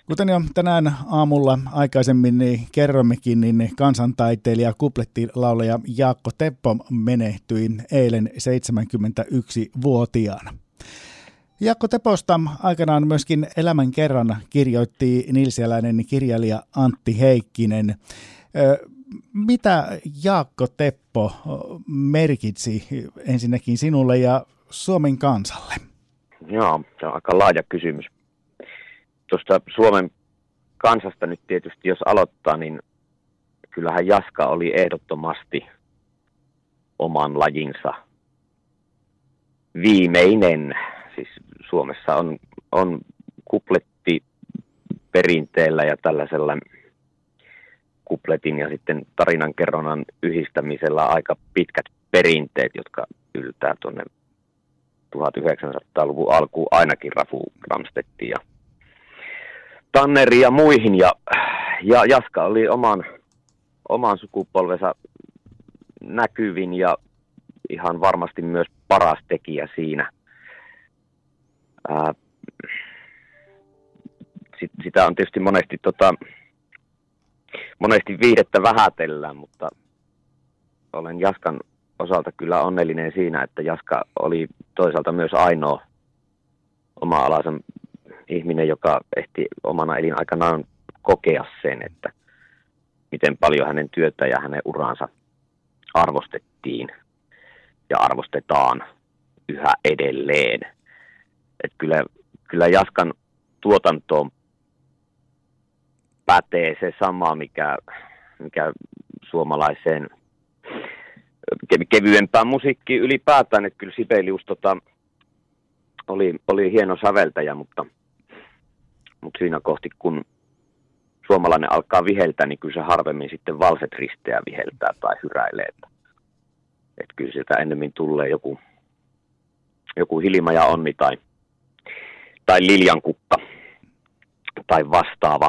Kuten jo tänään aamulla aikaisemmin niin kerrommekin, niin kansantaiteilija, kuplettilaulaja Jaakko Teppo menehtyi eilen 71-vuotiaana. Jaakko Teposta aikanaan myöskin elämän kerran kirjoitti nilsialainen kirjailija Antti Heikkinen. Mitä Jaakko Teppo merkitsi ensinnäkin sinulle ja Suomen kansalle? Joo, se on aika laaja kysymys. Tuosta Suomen kansasta nyt tietysti, jos aloittaa, niin kyllähän Jaska oli ehdottomasti oman lajinsa viimeinen. Siis Suomessa on kupletti perinteellä ja tällaisella kupletin ja sitten tarinankerronnan yhdistämisellä aika pitkät perinteet, jotka yltää tuonne 1900-luvun alkuun ainakin Rafu Gramstedtiin ja Tanneriin ja muihin. Ja Jaska oli oman sukupolvensa näkyvin ja ihan varmasti myös paras tekijä siinä. Sitä on tietysti monesti viihdettä vähätellään, mutta olen Jaskan osalta kyllä onnellinen siinä, että Jaska oli toisaalta myös ainoa oma-alansa ihminen, joka ehti omana elinaikanaan kokea sen, että miten paljon hänen työtä ja hänen uransa arvostettiin ja arvostetaan yhä edelleen. Että kyllä Jaskan tuotantoon pätee se sama, mikä suomalaiseen kevyempään musiikkiin ylipäätään. Että kyllä Sibelius oli hieno säveltäjä, mutta siinä kohti, kun suomalainen alkaa viheltää, niin kyllä se harvemmin sitten valset risteää viheltää tai hyräilee. Että kyllä sieltä ennemmin tulee joku Hilma ja Onni tai Liljankukka tai vastaava.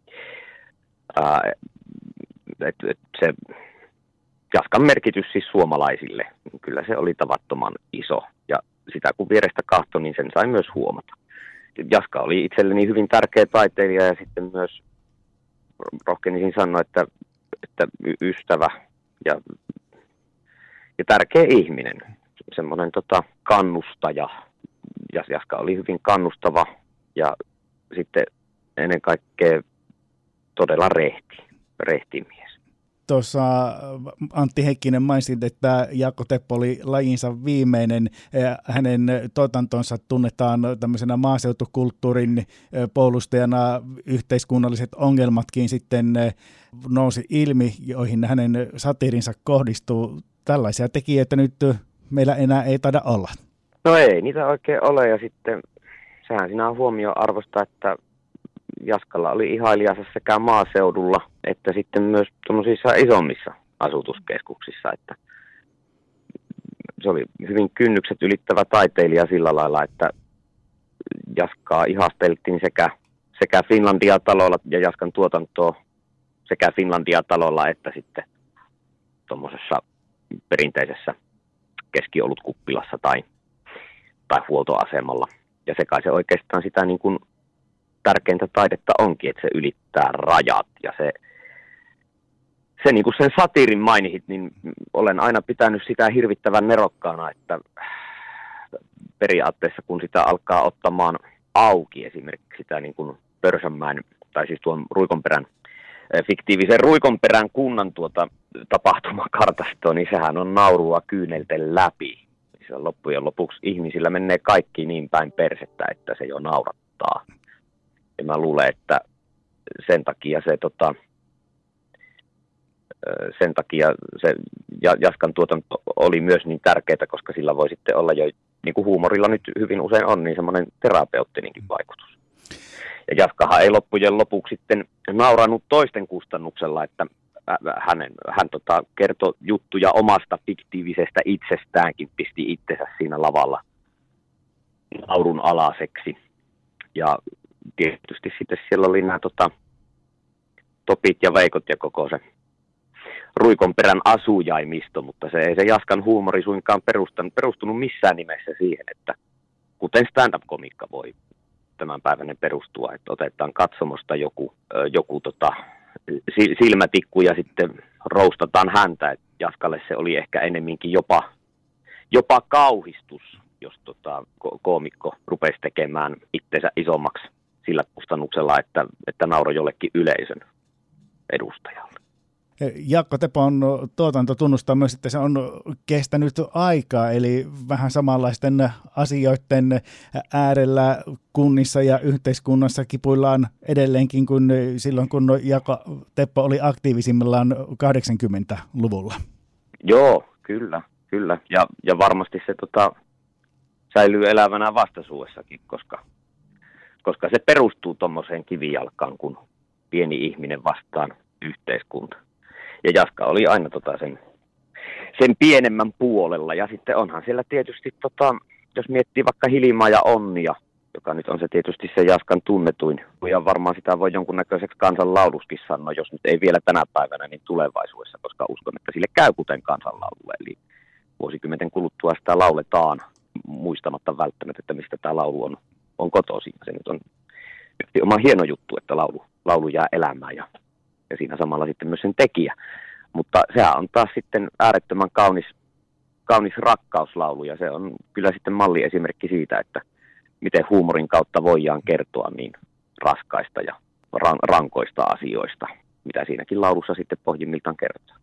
Se Jaskan merkitys siis suomalaisille, niin kyllä se oli tavattoman iso. Ja sitä kun vierestä katsoi, niin sen sai myös huomata. Jaska oli itselleni hyvin tärkeä taiteilija ja sitten myös rohkenisin sanoa, että ystävä ja tärkeä ihminen. Semmoinen kannustaja. Jaska oli hyvin kannustava ja sitten ennen kaikkea todella rehti mies. Tuossa Antti Heikkinen mainitsi, että Jaakko Teppo oli lajinsa viimeinen. Hänen tuotantonsa tunnetaan tämmöisenä maaseutukulttuurin puolustajana. Yhteiskunnalliset ongelmatkin sitten nousi ilmi, joihin hänen satiirinsa kohdistuu. Tällaisia tekijöitä nyt meillä enää ei taida olla. No ei niitä oikein ole, ja sitten sehän siinä on huomioarvosta, että Jaskalla oli ihailijansa sekä maaseudulla että sitten myös tuollaisissa isommissa asutuskeskuksissa, että se oli hyvin kynnykset ylittävä taiteilija sillä lailla, että Jaskaa ihasteltiin sekä Finlandia-talolla ja Jaskan tuotantoa sekä Finlandia-talolla että sitten tuommoisessa perinteisessä keskiolutkuppilassa tai huoltoasemalla. Ja se kai se oikeastaan sitä niin kuin tärkeintä taidetta onkin, että se ylittää rajat. Ja se niin kuin sen satiirin mainitsit, niin olen aina pitänyt sitä hirvittävän nerokkaana, että periaatteessa kun sitä alkaa ottamaan auki, esimerkiksi sitä niin kuin Pörsänmäen, tai siis tuon fiktiivisen Ruikonperän kunnan tapahtumakartastoon, niin sehän on naurua kyynelten läpi. Se on loppujen lopuksi ihmisillä menee kaikki niin päin persettä, että se jo naurattaa. Ja mä luulen, että sen takia se Jaskan tuotanto oli myös niin tärkeää, koska sillä voi sitten olla jo, niin kuin huumorilla nyt hyvin usein on, niin semmoinen terapeuttinenkin vaikutus. Ja Jaskahan ei loppujen lopuksi sitten nauranut toisten kustannuksella, että hän kertoi juttuja omasta fiktiivisestä itsestäänkin, pisti itsensä siinä lavalla naurun alaseksi. Ja tietysti sitten siellä oli nämä Topit ja Veikot ja koko se Ruikonperän asujaimisto, mutta se ei se Jaskan huumori suinkaan perustunut missään nimessä siihen, että kuten stand-up-komikka voi tämänpäiväinen perustua, että otetaan katsomosta joku silmätikku ja sitten roustataan häntä. Et Jaskalle se oli ehkä enemminkin jopa kauhistus, jos koomikko rupesi tekemään itsensä isommaksi sillä kustannuksella, että nauroi jollekin yleisön edustajalle. Jaakko Tepon tuotanto tunnustaa myös, että se on kestänyt aikaa, eli vähän samanlaisten asioiden äärellä kunnissa ja yhteiskunnassa kipuillaan edelleenkin kuin silloin, kun Jaakko Teppo oli aktiivisimmillaan 80-luvulla. Joo, kyllä. Ja varmasti se säilyy elävänä vastaisuudessakin, koska se perustuu tuommoiseen kivijalkaan, kun pieni ihminen vastaan yhteiskunta. Ja Jaska oli aina sen pienemmän puolella. Ja sitten onhan siellä tietysti, jos miettii vaikka Hilimaa ja Onnia, joka nyt on se tietysti se Jaskan tunnetuin. Ja varmaan sitä voi jonkunnäköiseksi kansanlauluskin sanoa, jos nyt ei vielä tänä päivänä, niin tulevaisuudessa, koska uskon, että sille käy kuten kansanlaululle. Eli vuosikymmenten kuluttua sitä lauletaan muistamatta välttämättä, että mistä tämä laulu on kotoisin. Se nyt on oma hieno juttu, että laulu jää elämään ja siinä samalla sitten myös sen tekijä. Mutta sehän on taas sitten äärettömän kaunis rakkauslaulu, ja se on kyllä sitten malliesimerkki siitä, että miten huumorin kautta voidaan kertoa niin raskaista ja rankoista asioista, mitä siinäkin laulussa sitten pohjimmiltaan kertoo.